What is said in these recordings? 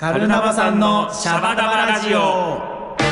カルナバさんのシャバダバラジオ。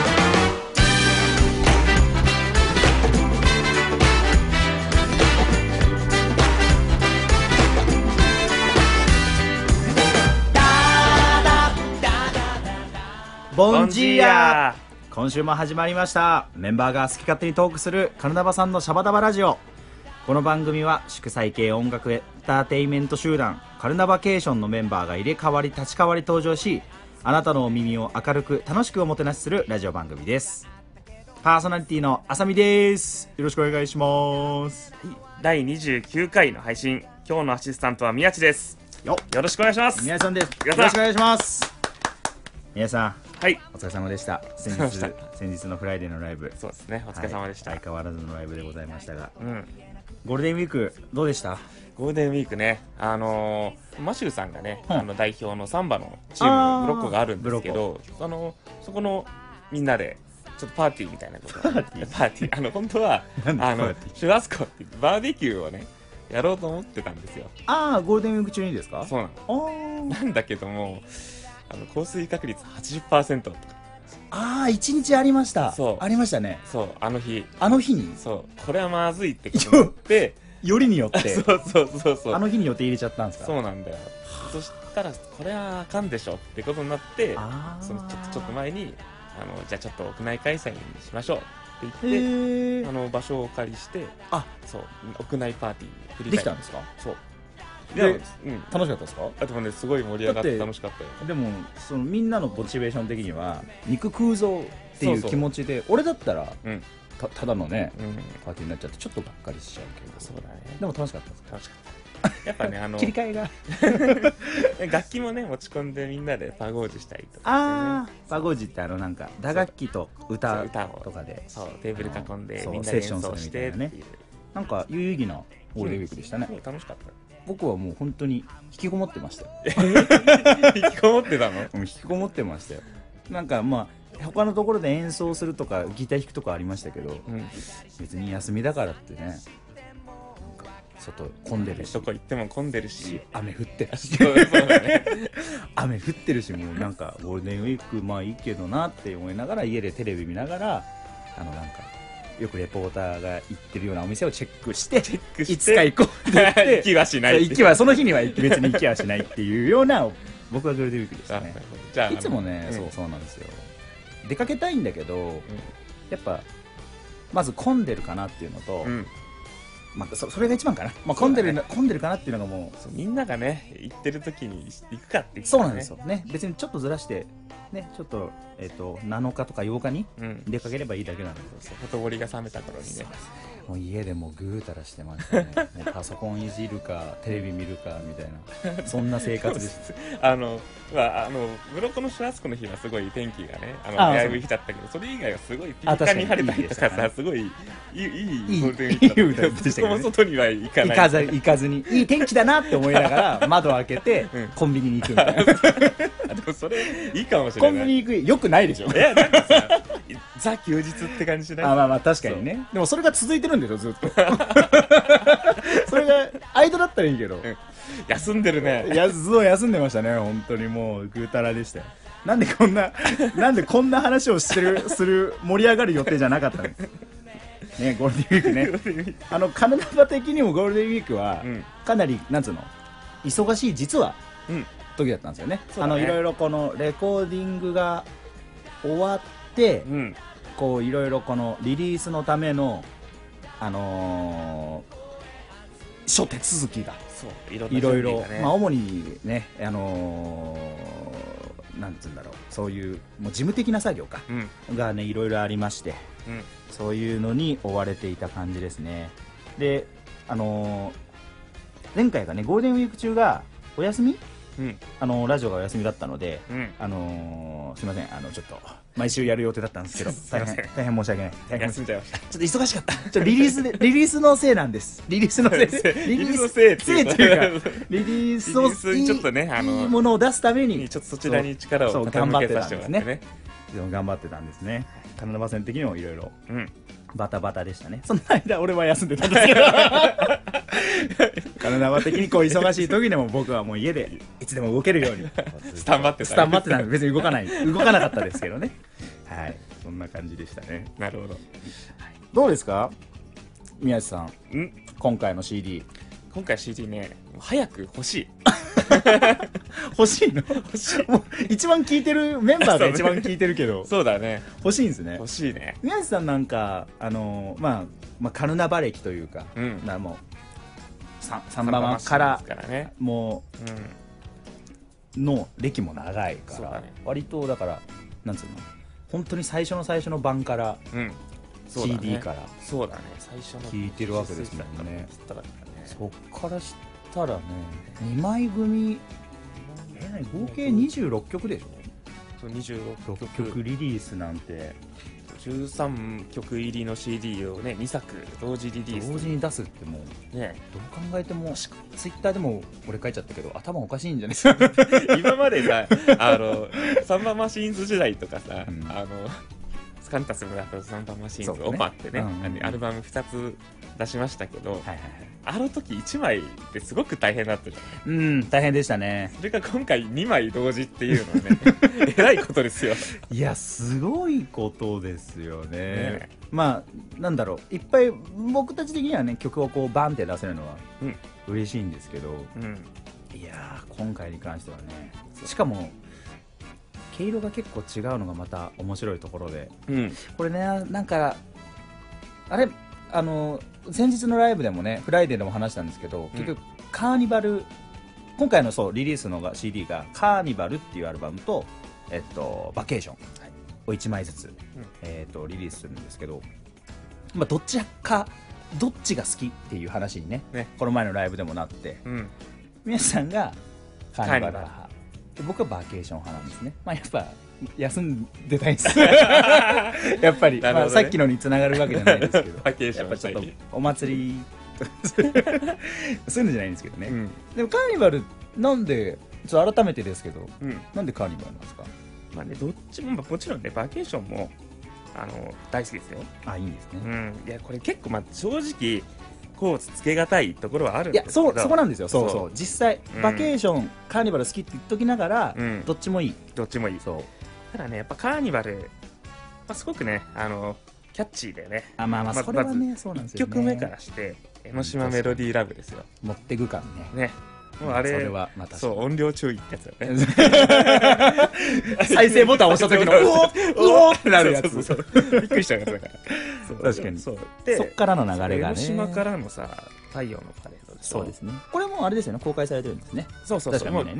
ボンジーヤ。今週も始まりました。メンバーが好き勝手にトークするカルナバさんのシャバダバラジオ。この番組は祝祭系音楽エンターテインメント集団カルナバケーションのメンバーが入れ替わり立ち替わり登場し、あなたのお耳を明るく楽しくおもてなしするラジオ番組です。パーソナリティのあさみです。よろしくお願いします。 第29回の配信、今日のアシスタントは宮地です。よろしくお願いします。 宮地さんです。よろしくお願いします。宮地さん、 はい、 お疲れ様でした。先日のフライデーのライブ。 そうですね、お疲れ様でした。 相変わらずのライブでございましたが、 うん、 ゴールデンウィークどうでした？ ゴールデンウィークね、マシューさんがね、代表のサンバのチームブロッコがあるんですけど、そこのみんなでちょっとパーティーみたいなことパーティー本当はシュラスコってバーベキューをねやろうと思ってたんですよ。 ゴールデンウィーク中にですか？ そうなの。なんだけども降水確率 80% とか。 1日ありました。 そうありましたね。 そう、あの日にそうこれはまずいってことになってよりによってそうあの日によって入れちゃったんですか？ そうなんだよ。そしたらこれはあかんでしょってことになって、そのちょっと前にじゃあちょっと屋内開催にしましょうって言って場所をお借りして、そう屋内パーティーできたんですか？ そうで、楽しかったですか？ でもね、すごい盛り上がって楽しかったよ。 でもそのみんなのモチベーション的には肉食うぞっていう気持ちで、俺だったらただのねパーティーになっちゃってちょっとがっかりしちゃうけど。そうだね。でも楽しかったですか？ 楽しかった。やっぱね切り替えが楽器もね持ち込んでみんなでパゴージしたりとか、 パゴージってなんか打楽器と歌とかでテーブル囲んでみんなで演奏してっていう、 なんか有意義なゴールデンウィークでしたね。 楽しかった。 僕はもう本当に引きこもってましたよ。 引きこもってたの？ 引きこもってましたよ。なんか他のところで演奏するとかギター弾くとかありましたけど、別に休みだからってね、外混んでるし、 どこ行っても混んでるし、 雨降ってるし雨降ってるし、もうなんかゴールデンウィークいいけどなって思いながら家でテレビ見ながらなんかよくレポーターが行ってるようなお店をチェックしていつか行こうって言って行きはしない、 その日には別に行きはしないっていうような僕はゴールデンウィークでしたね。いつもね、そうなんですよ。出かけたいんだけど、やっぱまず混んでるかなっていうのと、それが一番かな。混んでるかなっていうのがもうみんながね行ってる時に行くかって、 そうなんですよね。別にちょっとずらしてね、ちょっと7日とか8日に出かければいいだけなんですよ。 ほとぼりが冷めた頃にね、 もう家でもうぐうたらしてましたね。もうパソコンいじるかテレビ見るかみたいなそんな生活です。 ブロッコのシュラスコの日はすごい天気がねだいぶ日だったけど、それ以外はすごいピカピカに晴れたりとかさ、すごいいいゴールデンウィークだった。そこも外には行かずにいい天気だなって思いながら窓を開けてコンビニに行くみたいな。でもそれいいかもしれない。 コンビニ行くよくないでしょ。 なんかさザ休日って感じしない？ 確かにね。でもそれが続いてるんでしょ、ずっと。それが間だったらいいけど、 休んでるね。 休んでましたね。本当にもうぐうたらでしたよ。なんでこんな話をする盛り上がる予定じゃなかったんですね。ゴールデンウィークね。カナダ的にもゴールデンウィークはかなりなんつうの忙しい実は時だったんですよね。いろいろこのレコーディングが終わって、こういろいろこのリリースのための諸手続きがいろいろ、主にねなんつうんだろう、そういうもう事務的な作業がねいろいろありまして、そういうのに追われていた感じですね。で前回がねゴールデンウィーク中がお休み、ラジオがお休みだったので、すいません、ちょっと毎週やる予定だったんですけど大変申し訳ない。 休んじゃいました。 ちょっと忙しかった。リリースのせいなんです。リリースのせいっていうかリリースをちょっとねいいものを出すためにちょっとそちらに力を傾けさせてもらってね。 頑張ってたんですね。カナダ戦的にもいろいろバタバタでしたね。その間俺は休んでたんですけど体は的にこう忙しい時でも僕はもう家でいつでも動けるようにスタンバってたんで別に動かなかったですけどね。はい、そんな感じでしたね。 なるほど。 どうですか宮地さん、今回の CD。 今回 CD ね、早く欲しい欲しいの？欲しい。もう一番聴いてるメンバーが一番聴いてるけどそうだね、 欲しいんですね。 欲しいね。 宮地さんなんかまあカルナバ歴というか、もうサンバマからもうの歴も長いから、割とだからなんつうの、本当に最初の版から CD からそうだね、最初の聴いてるわけですもんね。そっからしたらね、2枚組合計26曲でしょ。 そう、26 曲リリースなんて、 13曲入りの CD をね2作同時リリース、 同時に出すってもうね、どう考えてもツイッターでも俺書いちゃったけど頭おかしいんじゃないですか今までさサンバマシーンズ時代とかさ、スカンタス村とサンバマシーンズオファーってね、アルバム2つ出しましたけど、あの時1枚ってすごく大変だったじゃない。 大変でしたね。 それが今回2枚同時っていうのはねえらいことですよ。 いや、すごいことですよ ね。まあなんだろう、いっぱい僕たち的にはね曲をこうバンって出せるのは嬉しいんですけど、いやー今回に関してはね、しかも毛色が結構違うのがまた面白いところで、これね、なんかあれ先日のライブでもね、フライデーでも話したんですけど、結局カーニバル、今回のリリースの CD がカーニバルっていうアルバムと、バケーションを1枚ずつ、リリースするんですけど、どっちが好きっていう話に ねこの前のライブでもなって、宮地さんがカーニバル派で、僕はバケーション派なんですね。やっぱ休んでたいですやっぱり、さっきのに繋がるわけじゃないですけどバケーションやっぱちょっとお祭りそういうのじゃないんですけどね、でもカーニバルなんで、ちょっと改めてですけど、なんでカーニバルなんですか？ どっちももちろんね、バケーションも大好きですよ。 いいんですね。 いや、これ結構正直こうつけがたいところはあるんですけど、 いや、そこなんですよ。そう実際、バケーションカーニバル好きって言っときながら、どっちもいい。そうただね、やっぱカーニバル、すごくねキャッチーだよね。 それはね、そうなんですよね。 1曲目からして江ノ島メロディーラブですよ。 持ってく感ね。 もうあれ、 それはまた音量注意ってやつだよね。 再生ボタン押した時のうおーってなるやつ。 びっくりしちゃうやつだから。 確かに。そっからの流れがね。 江ノ島からのさ、太陽のパレードでしょ。 そうですね。これもあれですよね、公開されてるんですね。 そう、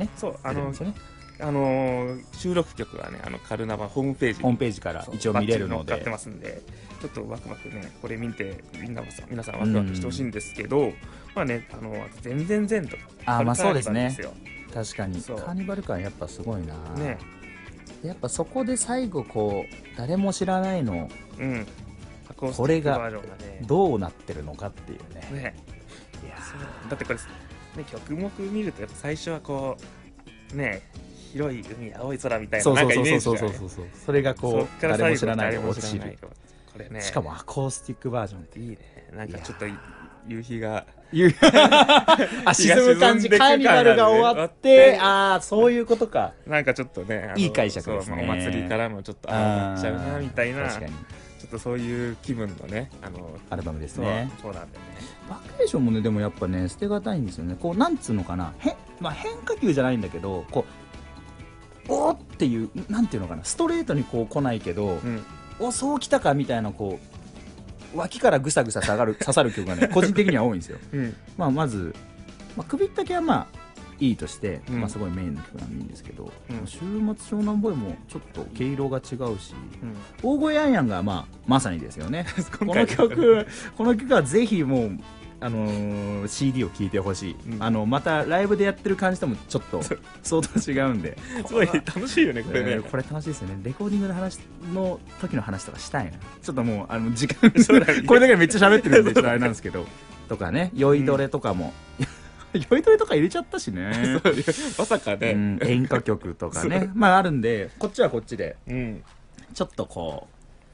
収録曲はね、カルナバホームページから一応見れるので載ってますんで、ちょっとワクワクね、これ見て皆さんワクワクしてほしいんですけど、全然前とか、 そうですね。確かにカーニバル感やっぱすごいな。やっぱそこで最後こう誰も知らないの、これがどうなってるのかっていうね。いやだってこれ曲目見るとやっぱ最初はこうね、広い海、青い空みたいななんかイメージじゃない。 それがこう誰も知らないの落ちる。 これね、 しかもアコースティックバージョンっていいね。なんかちょっと夕日が沈む感じ、カーニバルが終わって、そういうことか。 なんかちょっとね、 いい解釈ですね。 お祭りからもちょっと上がっちゃうなみたいな、ちょっとそういう気分のね、 アルバムですね。 そうなんだよね。 バケーションもね、でもやっぱね、捨てがたいんですよね。こうなんつうのかな、変化球じゃないんだけど、こうおーっていう、なんていうのかな、ストレートにこう来ないけど、そうきたかみたいな、こう脇からぐさぐさ刺さる曲がね個人的には多いんですよ。まず、首ったけはいいとして、すごいメインの曲なんでいいんですけど、週末湘南ボーイもちょっと毛色が違うし、大声やんやんがまさにですよね。この曲はぜひもうCD を聴いてほしい。またライブでやってる感じともちょっと相当違うんで、 すごい楽しいよね、これね。 これ楽しいですよね。レコーディングの時の話とかしたいな。ちょっともう時間これだけめっちゃ喋ってるんでちょっとあれなんですけど、とかね、酔いどれとかも酔いどれとか入れちゃったしね。 まさかね、 演歌曲とかねあるんで、こっちはこっちでちょっとこ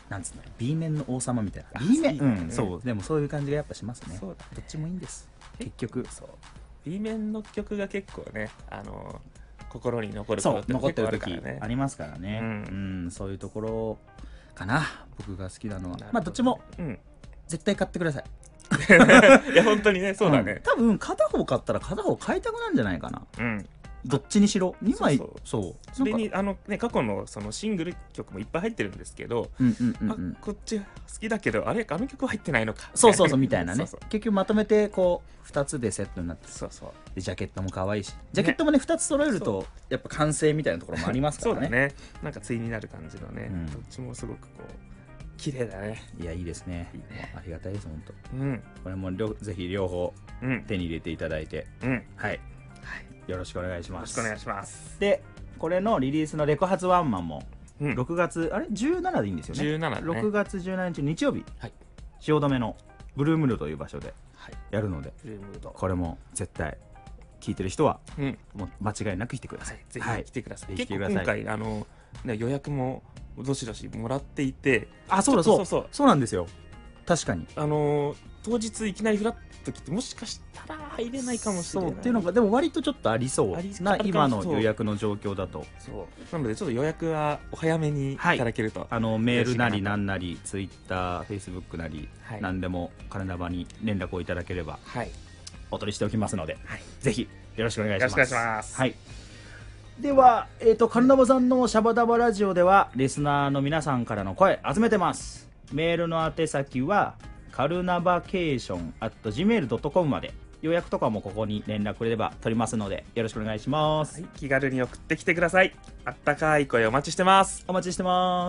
なんつうんだろう、B 面の王様みたいな。B 面、 うんそう、でもそういう感じがやっぱしますね。 そうだねどっちもいいんです。結局。 そう B 面の曲が結構ね心に残るそう、 ことって残ってる時結構あるからねありますからね。そういうところかな、僕が好きなのは。まあどっちも絶対買ってください。 いや本当にね、そうだね。 多分片方買ったら片方買いたくなるんじゃないかな。どっちにしろ2枚。そうそれに過去のそのシングル曲もいっぱい入ってるんですけど、こっち好きだけどあの曲入ってないのか、 そうみたいなね。結局まとめてこう2つでセットになって、でジャケットも可愛いし、ジャケットもね2つ揃えるとやっぱ完成みたいなところもありますからね。 そうだね、なんか対になる感じのね、どっちもすごくこう綺麗だね。 いや、いいですね。ありがたいです、本当。これもぜひ両方手に入れていただいて、はい、よろしくお願いします。 よろしくお願いします。 で、これのリリースのレコ発ワンマンも6月、あれ17でいいんですよね。 17ね。 6月17日日曜日、汐留のブルームルという場所でやるので、これも絶対聞いてる人はもう間違いなく来てください。 ぜひ来てください。結構今回予約もどしどしもらっていて、 そうなんですよ。確かに当日いきなりフラッと来て、もしかしたら入れないかもしれない。 っていうのがでも割とちょっとありそうな今の予約の状況だと。 なのでちょっと予約はお早めにいただけると、 メールなりなんなりツイッター、フェイスブックなり何でもカルナバに連絡をいただければお取りしておきますので、ぜひよろしくお願いします。 よろしくお願いします。 はい。では、カルナバさんのシャバダバラジオではリスナーの皆さんからの声集めてます。メールの宛先はカルナバケーション @gmail.com まで。予約とかもここに連絡くれれば取りますのでよろしくお願いします。 気軽に送ってきてください。あったかい声お待ちしてます。 お待ちしてます。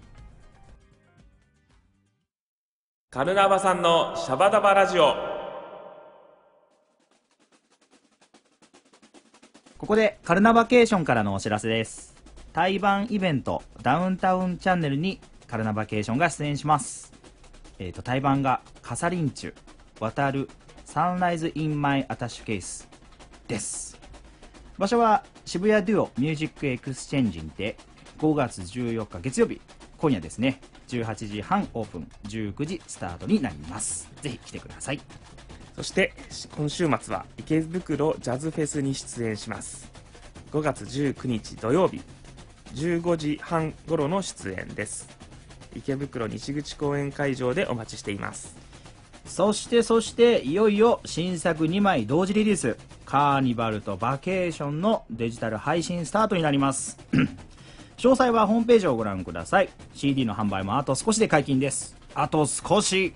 カルナバさんのシャバダバラジオ。 ここでカルナバケーションからのお知らせです。対バンイベントダウンタウンチャンネルにカルナバケーションが出演します。対バンがカサリンチュ、渡る、サンライズインマイアタッシュケースです。場所は渋谷デュオミュージックエクスチェンジにて5月14日月曜日、今夜ですね、18時半オープン、19時スタートになります。ぜひ来てください。 そして今週末は池袋ジャズフェスに出演します。5月19日土曜日15時半頃の出演です。池袋西口公園会場でお待ちしています。 そしていよいよ新作2枚同時リリース、カーニバルとバケーションのデジタル配信スタートになります詳細はホームページをご覧ください。 CD の販売もあと少しで解禁です。あと少し。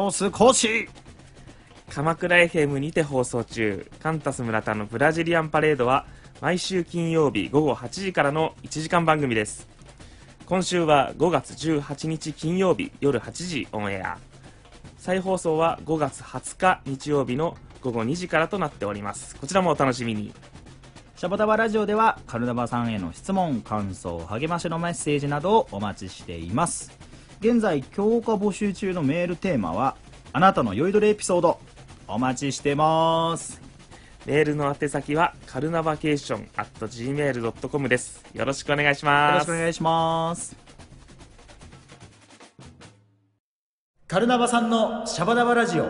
鎌倉 FM にて放送中、カンタス村田のブラジリアンパレードは毎週金曜日午後8時からの1時間番組です。今週は5月18日金曜日夜8時オンエア、再放送は5月20日日曜日の午後2時からとなっております。こちらもお楽しみに。 シャバダバラジオではカルナバさんへの質問、感想、励ましのメッセージなどをお待ちしています。現在強化募集中のメールテーマはあなたの酔いどれエピソード。お待ちしてます。 メールの宛先はカルナバケーション @gmail.com です。よろしくお願いします。 よろしくお願いします。カルナバさんのシャバダバラジオ。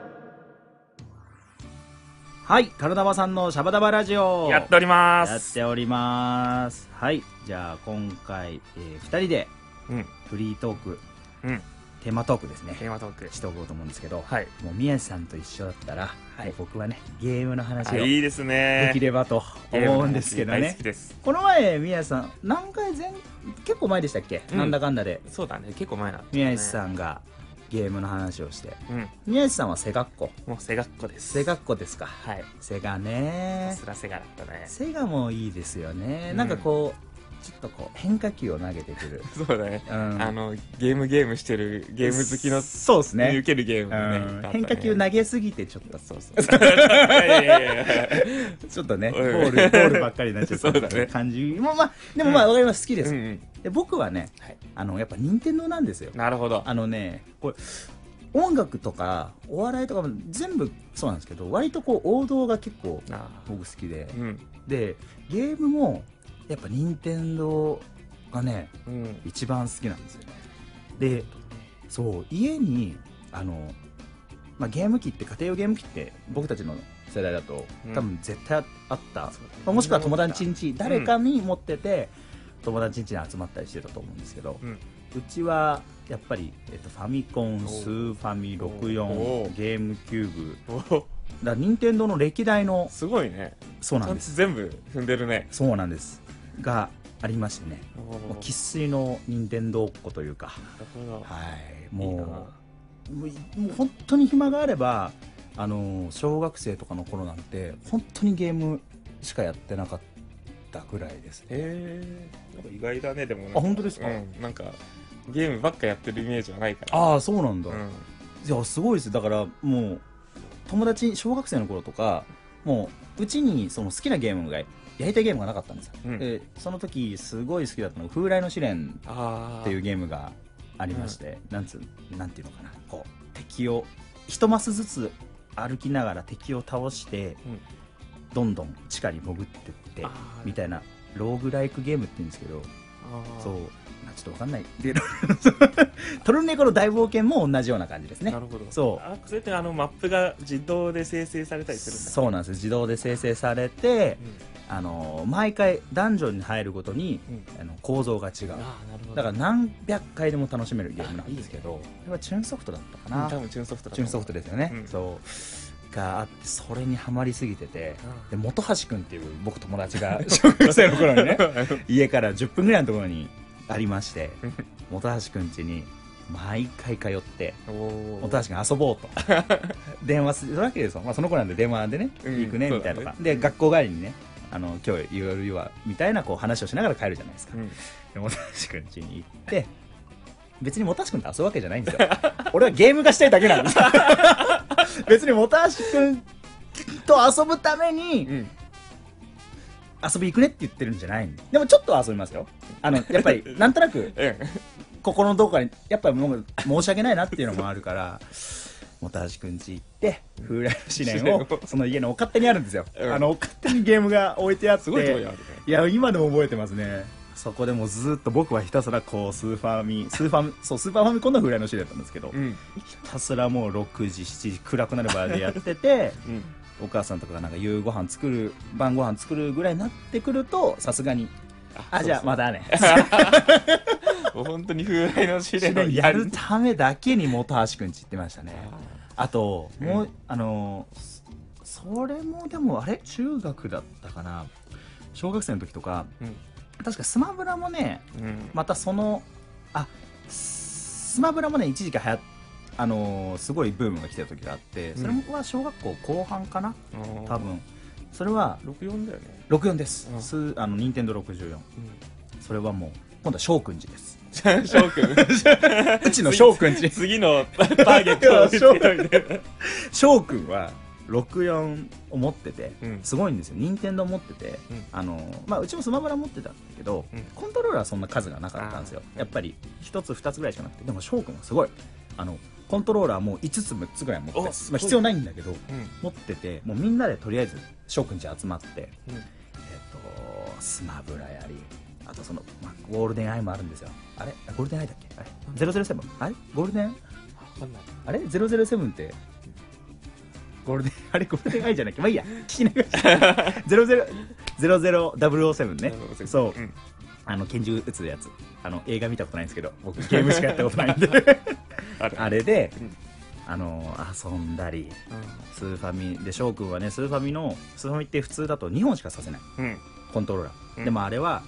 はい、カルナバさんのシャバダバラジオやっております。 やっております。はい、じゃあ今回、2人でフリートーク、テーマトークですね。 テーマトークしておこうと思うんですけど、 はい、 もう宮地さんと一緒だったら、はい、僕はねゲームの話をいいですねできればと思うんですけどね。この前宮地さん何回結構前でしたっけ、なんだかんだで。 そうだね、結構前なんだ、ね、 宮地さんがゲームの話をして、宮地さんはセガっ子。 もうセガっ子です。 セガっ子ですか。 はい、 セガね。 そらセガだったね。 セガもいいですよね、なんかこうちょっとこう変化球を投げてくる。 そうだね、ゲームしてるゲーム好きのそうですね、 受けるゲームね、 変化球投げすぎてちょっとそうちょっとねボールばっかりになっちゃった感じも、でもわかります、好きです。で僕はね、やっぱ任天堂なんですよ。 なるほど。 これ音楽とかお笑いとかも全部そうなんですけど、割とこう王道が結構僕好きで、でゲームもやっぱ任天堂がね、一番好きなんですよね。 でそう家にまあ、ゲーム機って家庭用ゲーム機って僕たちの世代だと多分絶対あった、まあ、もしくは友達ん家誰かに持ってて、友達ん家に集まったりしてたと思うんですけど、うちはやっぱり、ファミコン、スーファミ、64、ゲームキューブだ、任天堂の歴代のすごいね。 そうなんです。 全部踏んでるね。 そうなんですがありましてね、もう生粋の任天堂っ子というか、はい、もう本当に暇があれば小学生とかの頃なんて本当にゲームしかやってなかったぐらいですね。 なんか意外だね。でもあ、本当ですか？ なんかゲームばっかやってるイメージはないから。 ああ、そうなんだ、いやすごいです。だからもう友達小学生の頃とかもううちにその好きなゲームがやりたいゲームがなかったんですよ、でその時すごい好きだったのが風来の試練っていうゲームがありまして、なんていうのかな、こう敵を一マスずつ歩きながら敵を倒して、どんどん地下に潜ってってみたいなローグライクゲームって言うんですけど、そうちょっとわかんないでトルネコの大冒険も同じような感じですね。 なるほど。 そうそれってマップが自動で生成されたりするんだ、ね、 そうなんです。自動で生成されて、毎回ダンジョンに入るごとに、構造が違う。だから何百回でも楽しめるゲームなんですけど、これはチューンソフトだったかな。 多分チューンソフトだ。 チューンソフトですよね、そうがあって、それにはまりすぎてて、で本橋君っていう僕友達が小学生の頃にね家から10分ぐらいのところにありまして本橋君家に毎回通って本橋君遊ぼうと電話するわけですよ、まあ、その子なんで電話でね、行くねみたいなとか、で学校帰りにね今日夜はみたいなこう話をしながら帰るじゃないですか、で本橋君家に行って別に本橋君と遊ぶわけじゃないんですよ俺はゲームがしたいだけなんです別に本橋君と遊ぶために、遊び行くねって言ってるんじゃないんで、でもちょっとは遊びますよ。やっぱりなんとなく心のどこかにやっぱりもう申し訳ないなっていうのもあるから本橋くん家行って風来の試練をその家のお勝手にあるんですよ、お勝手にゲームが置いてあって、すごいとこにあるね。いや今でも覚えてますね。そこでもうずっと僕はひたすらこうスーパーファミコンの風来の試練だったんですけど、ひたすらもう6時7時暗くなるまでやってて、お母さんとかがなんか夕ご飯作る晩ご飯作るぐらいになってくるとさすがにじゃあまたねもう本当に風来の試練をやるためだけに本橋くんち行ってましたね。あともう、それもでも中学だったかな、小学生の時とか、確かスマブラもね、またそのスマブラもね一時期流行ってすごいブームが来てた時があって、それもは小学校後半かな、多分それは 64だよね。 64です。任天堂64、それはもう今度は翔くんちです翔くんうちの翔くんち次のターゲットを見ておいて翔くんは64を持ってて、すごいんですよ。任天堂持ってて、うちもスマブラ持ってたんだけど、コントローラーはそんな数がなかったんですよ。やっぱり1つ2つぐらいしかなくて、でも翔くんはすごいコントローラーも5つ6つぐらい持ってて、必要ないんだけど、持ってて、もうみんなでとりあえず翔くんち集まって、スマブラやり、あとゴールデンアイもあるんですよ。ゴールデンアイだっけ007、ゴールデン007ってゴールデンアイじゃなきゃ、まあいいや、聞きながら007ね、そう拳銃撃つやつ、映画見たことないんですけど、僕ゲームしかやったことないんであれで、遊んだり、スーファミで翔くんはね、スーファミって普通だと2本しかさせない、コントローラー、でもあれは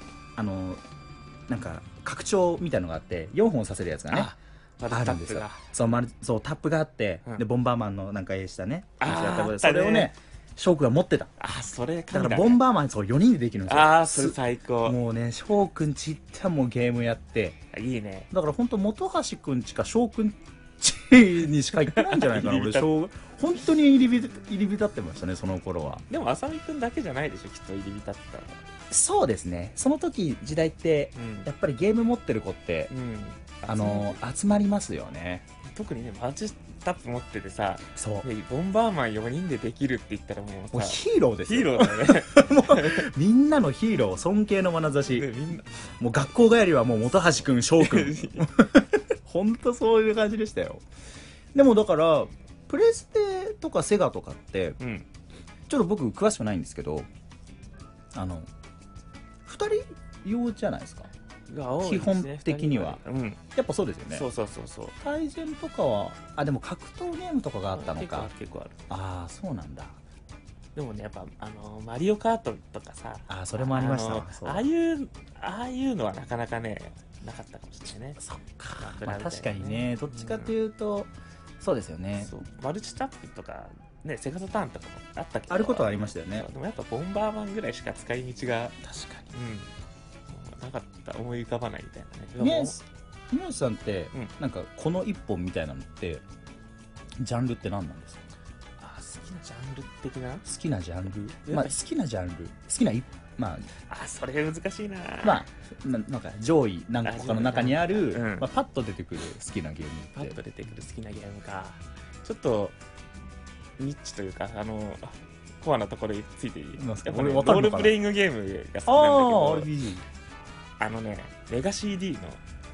なんか拡張みたいのがあって4本させるやつがねあるんですよ。そうタップがあって、でボンバーマンのなんか絵したね、それをね翔くんが持ってた。 それだからボンバーマン4人でできるんですよ。 それ最高。 もうね翔くんち行ったらもうゲームやって、 いいね。 だから本当本橋くんちか翔くんちにしか行ってないんじゃないかな俺本当に入り浸ってましたね、その頃は。 でも浅見くんだけじゃないでしょ、きっと入り浸ったら。 そうですね、その時時代って、やっぱりゲーム持ってる子って、集まりますよね。 特にねマルチタップ持っててさ、 そうボンバーマン4人でできるって言ったらもうヒーローですよ。 ヒーローだねもうみんなのヒーロー、尊敬の眼差し、もう学校帰りはもう本橋くん翔くんほんとそういう感じでしたよ。でもだからプレステとかセガとかって、うん、ちょっと僕詳しくないんですけど、2人用じゃないですか、基本的には、うん、やっぱそうですよね。 そうそうそうそう。 対戦とかはでも格闘ゲームとかがあったのか。 結構ある。 ああ、そうなんだ。 でもね、やっぱマリオカートとかさ、 それもありました。 ああいうのはなかなかねなかったかもしれないね。 そっか、まあ、確かにね、どっちかというと、そうですよね。 そう、マルチタップとかね、セガサターンとかもあったけど、 あることはありましたよね。 でもやっぱボンバーマンぐらいしか使い道が確かに、なかった、思い浮かばないみたいなね。 宮内さんって、なんかこの一本みたいなのってジャンルって何なんですか？ 好きなジャンル的な？ 好きなジャンル、まあ、好きなジャンル、好きなまあ、それ難しいな。 まあなんか上位何個かの中にある、まあ、パッと出てくる好きなゲームって。 パッと出てくる好きなゲームか。ちょっとニッチというかコアなところについていい？やっぱね、ロールプレイングゲームが好きなんだけど、メガ CD の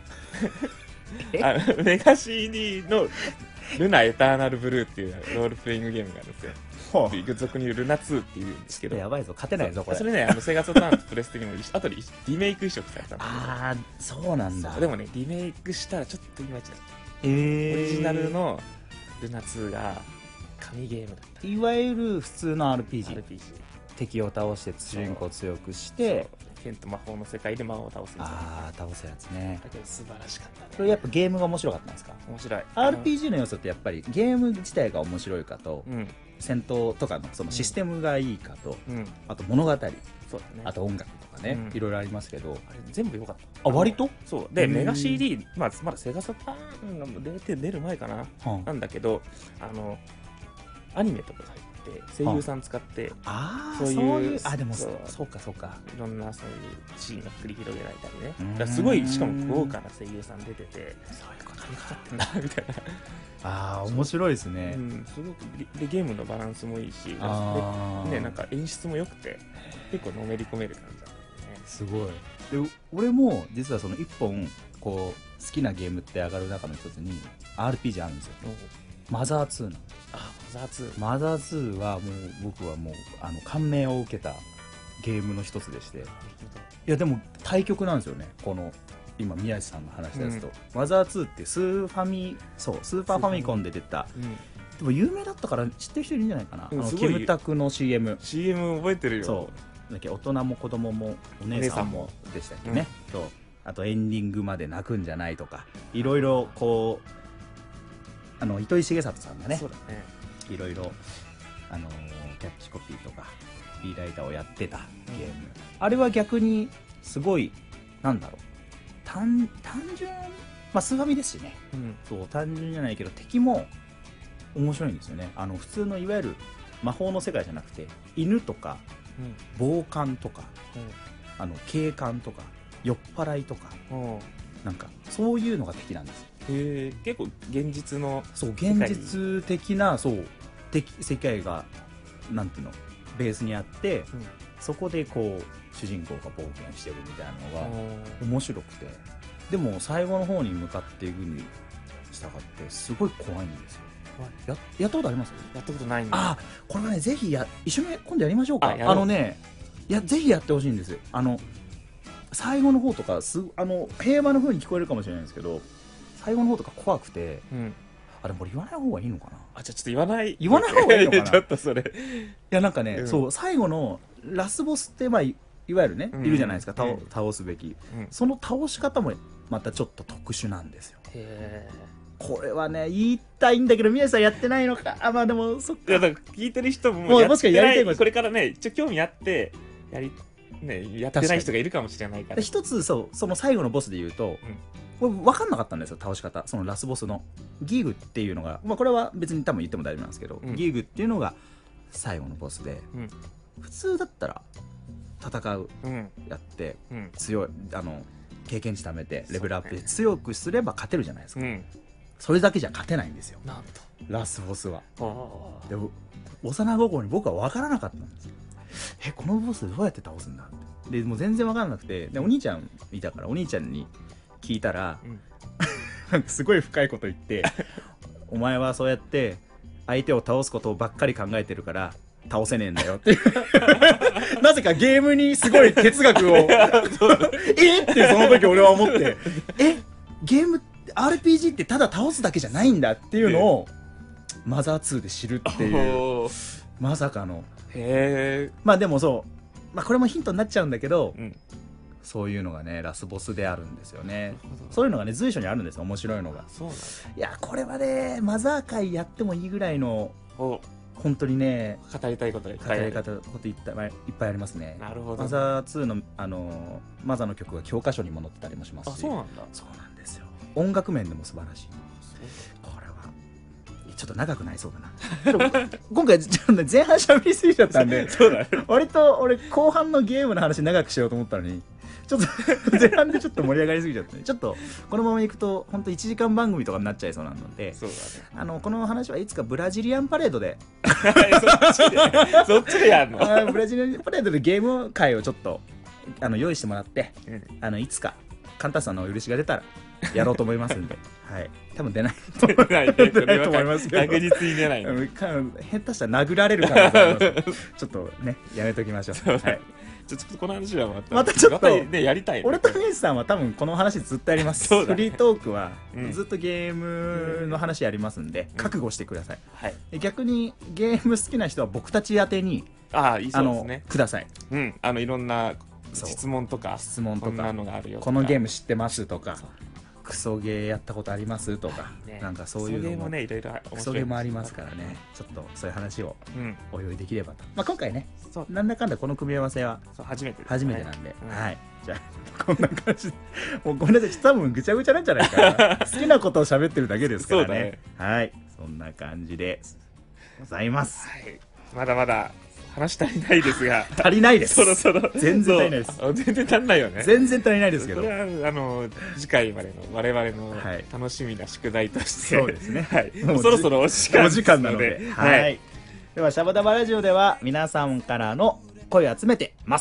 メガ CD のルナエターナルブルーっていうロールプレイングゲームがあるんですよ。俗に言うルナ2っていうんですけど、 やばいぞ、勝てないぞこれ。 それね、セガサターンとプレステにも後でリメイク移植されたんだけど。 ああ、そうなんだ。 でもね、リメイクしたらちょっといまいちだった。オリジナルのルナ2が神ゲームだった。 いわゆる普通の RPG。敵を倒して主人公を強くして、 剣と魔法の世界で魔王を倒すみたいな。 倒すやつね。 だけど素晴らしかったね。 それやっぱゲームが面白かったんですか？ 面白い。 RPG の要素ってやっぱりゲーム自体が面白いかと、戦闘とかのそのシステムがいいかと、あと物語、そうだね、あと音楽とかね、いろいろありますけど、あれ全部良かった。 割と？ そうで、メガ CD、まだセガサターンが出る前かな、なんだけど、アニメとか入って声優さん使って、そういうでもそうかいろんなそういうシーンが繰り広げられたりね。すごい、しかも豪華な声優さん出てて、そういうことにかかってんだみたいな。 面白いですね。 すごくでゲームのバランスもいいし、なんか演出も良くて結構のめり込める感じだったね。 すごい。で俺も実はその一本こう好きなゲームって上がる中の一つに RPG あるんですよ。マザー2なんです。マザー2はもう僕はもう感銘を受けたゲームの一つでして、いやでも対極なんですよね。この今宮地さんが話したやつと、マザー2ってスーパーファミコンで出た、でも有名だったから知ってる人いるんじゃないかな。キムタクの CM 覚えてるよ。 そうだっけ、大人も子供もお姉さんもでしたっけね、そう、あとエンディングまで泣くんじゃないとか、いろいろこう糸井重里さんがね、いろいろキャッチコピーとかフリーライターをやってたゲーム、あれは逆にすごいなんだろう、単純、まあスーファミですしね、そう単純じゃないけど敵も面白いんですよね。普通のいわゆる魔法の世界じゃなくて、犬とか、暴漢とか、警官とか酔っ払いとか、なんかそういうのが敵なんですよ。 結構現実の現実的な世界がなんていうのベースにあって、そこでこう主人公が冒険してるみたいなのが面白くて、でも最後の方に向かっていくに従ってすごい怖いんですよ。やったことあります？ やったことないんだ。 これはね、ぜひ一緒に今度やりましょうか。ぜひやってほしいんです。最後の方とか平和の風に聞こえるかもしれないんですけど、最後の方とか怖くて、でもこれ言わない方がいいのかな。 じゃあちょっと言わない方がいいのかな。 ちょっとそれ、いやなんかね、そう最後のラスボスっていわゆるね、いるじゃないですか、倒すべき、その倒し方もまたちょっと特殊なんですよ。これはね言いたいんだけど、宮地さんやってないのか。でもそっか。 だから聞いてる人ももしかやりたい、 これからね一応興味あってやってない人がいるかもしれないから。 一つその最後のボスで言うと、これ分かんなかったんですよ、倒し方。そのラスボスのギーグっていうのが、これは別に多分言っても大丈夫なんですけど、ギーグっていうのが最後のボスで、普通だったら戦う、やって、強い経験値貯めてレベルアップして強くすれば勝てるじゃないですか。それだけじゃ勝てないんですよ、 なんとラスボスは。で幼心に僕は分からなかったんですよ。このボスどうやって倒すんだって。でもう全然分からなくて、でお兄ちゃんいたから、お兄ちゃんに聞いたら、 なんかすごい深いこと言ってお前はそうやって相手を倒すことばっかり考えてるから倒せねえんだよってなぜかゲームにすごい哲学をえってその時俺は思ってゲーム RPG ってただ倒すだけじゃないんだっていうのをマザー2で知るっていうまさかのまあでもそう、まあ、これもヒントになっちゃうんだけど、そういうのがねラスボスであるんですよね。そういうのがね随所にあるんですよ、面白いのが。そうなんだ。いやこれはねマザー界やってもいいぐらいの本当にね語りたいことがいっぱいいっぱいありますね。 なるほど。 マザー2のマザーの曲が教科書にも載ってたりもしますし。 そうなんだ。 そうなんですよ。音楽面でも素晴らしい。これはちょっと長くなりそうだな今回ちょっと、ね、前半喋りすぎちゃったんでそうだ割と俺後半のゲームの話長くしようと思ったのにちょっと前半でちょっと盛り上がりすぎちゃってちょっとこのままいくと本当1時間番組とかになっちゃいそうなので、 そうだね、 この話はいつかブラジリアンパレードでそっちでやるのブラジリアンパレードでゲーム会をちょっと用意してもらって、いつかカンタさんのお許しが出たらやろうと思いますんではい、多分出ないと思いますけど確実に出ない、ね、 下手したら殴られる可能性ありますちょっとねやめときましょう。はい、 ちょっとこの話はまたちょっと、 ね、やりたい、ね、 俺とミエスさんは多分この話ずっとやります。フリートークはずっとゲームの話やりますんで、覚悟してください。はい、逆にゲーム好きな人は僕たち宛てにください。 いろんな質問とかこんなのがあるよとか、 このゲーム知ってますとか、クソゲーやったことありますとか、なんかそういうのもね、いろいろクソゲーもありますからね、ちょっとそういう話をお用意できればと。まあ今回ね、なんだかんだこの組み合わせは初めてなんで、はい、じゃあこんな感じで、もうごめんなさい、多分ぐちゃぐちゃなんじゃないかな。好きなことを喋ってるだけですからね。はい、そんな感じでございます。 まだまだ話足りないですが足りないです。 そろそろ全然足りないです。 全然足りないよね。 全然足りないですけど、 これは次回までの我々の楽しみな宿題として、 そうですね、 はい、そろそろお時間なので、 はい、ではシャバダバラジオでは皆さんからの声を集めてます。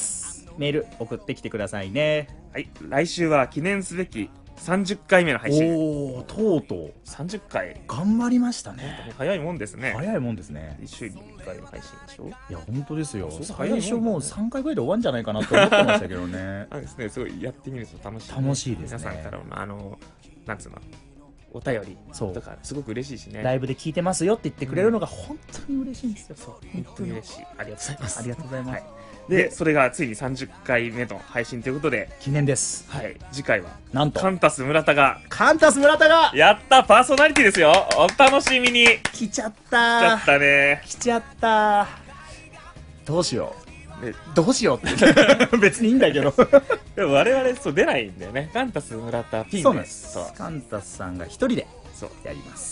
メール送ってきてくださいね。 はい、来週は記念すべき30回目の配信。 おー、とうとう 30回頑張りましたね。 早いもんですね。 早いもんですね。 1週に1回の配信でしょ。 いや本当ですよ。最初もう3回ぐらいで終わるんじゃないかなと思ってましたけどね。 ですね、すごいやってみると楽しい、 楽しいですね。 皆さんからのなんつうのお便りとかすごく嬉しいしね。 ライブで聞いてますよって言ってくれるのが本当に嬉しいんですよ。 本当に嬉しい。ありがとうございます。 ありがとうございます。 でそれがついに30回目の配信ということで記念です。 はい、次回はなんとカンタス村田がやったパーソナリティですよ。お楽しみに。 来ちゃったね。 来ちゃった。どうしようって別にいいんだけどでも我々出ないんだよね。カンタス村田ピンです。 そうなんです。カンタスさんが一人でやります。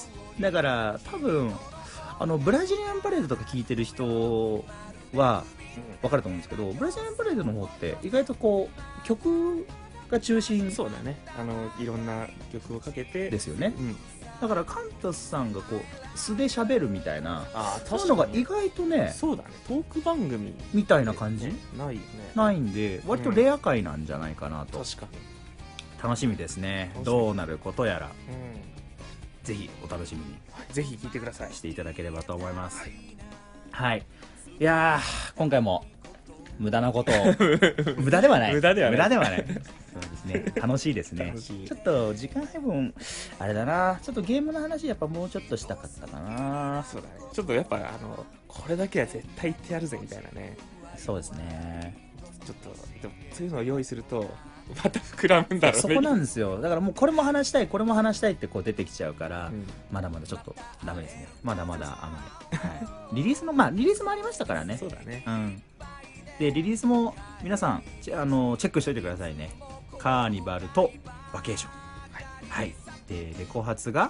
だから多分ブラジリアンパレードとか聞いてる人は分かると思うんですけど、ブラジリアンパレードの方って意外とこう曲が中心。 そうだね、いろんな曲をかけてですよね、だからカンタスさんがこう素で喋るみたいな、そういうのが意外とね、 そうだね、トーク番組みたいな感じないよね。 ないんで割とレア回なんじゃないかなと。 確かに楽しみですね。どうなることやら、ぜひお楽しみに、 ぜひ聞いてください。 していただければと思います。はい、いやー今回も無駄なことを無駄ではないそうですね、楽しいですね。ちょっと時間配分あれだな、ちょっとゲームの話やっぱもうちょっとしたかったかな。 そうだね、ちょっとやっぱこれだけは絶対言ってやるぜみたいなね。 そうですね、 ちょっとでもそういうのを用意するとまた膨らむんだろうね。 そこなんですよ。だからもうこれも話したいこれも話したいってこう出てきちゃうから、まだまだちょっとダメですね。まだまだリリースもありましたからね。 そうだね、 でリリースも皆さんチェックしておいてくださいね。カーニバルとバケーション、はい、でレコ発が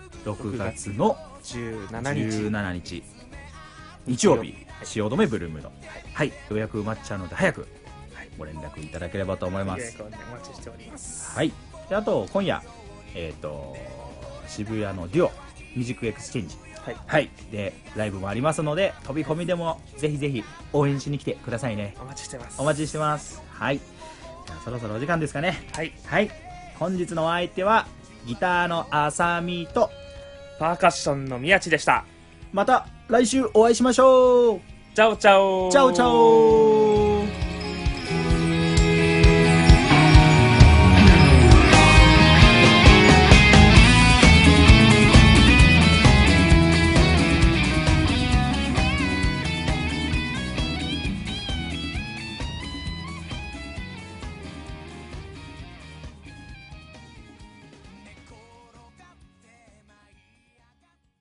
6月の17日日曜日、汐留ブルームの、予約埋まっちゃうので早くご連絡いただければと思います。 お待ちしております。 はい、であと今夜渋谷のデュオミュージックエクスチェンジ、でライブもありますので、飛び込みでもぜひぜひ応援しに来てくださいね。 お待ちしてます。 お待ちしてます。はい、じゃあそろそろお時間ですかね。はい、本日のお相手はギターのあさみとパーカッションの宮地でした。 また来週お会いしましょう。 チャオチャオ。 チャオチャオ。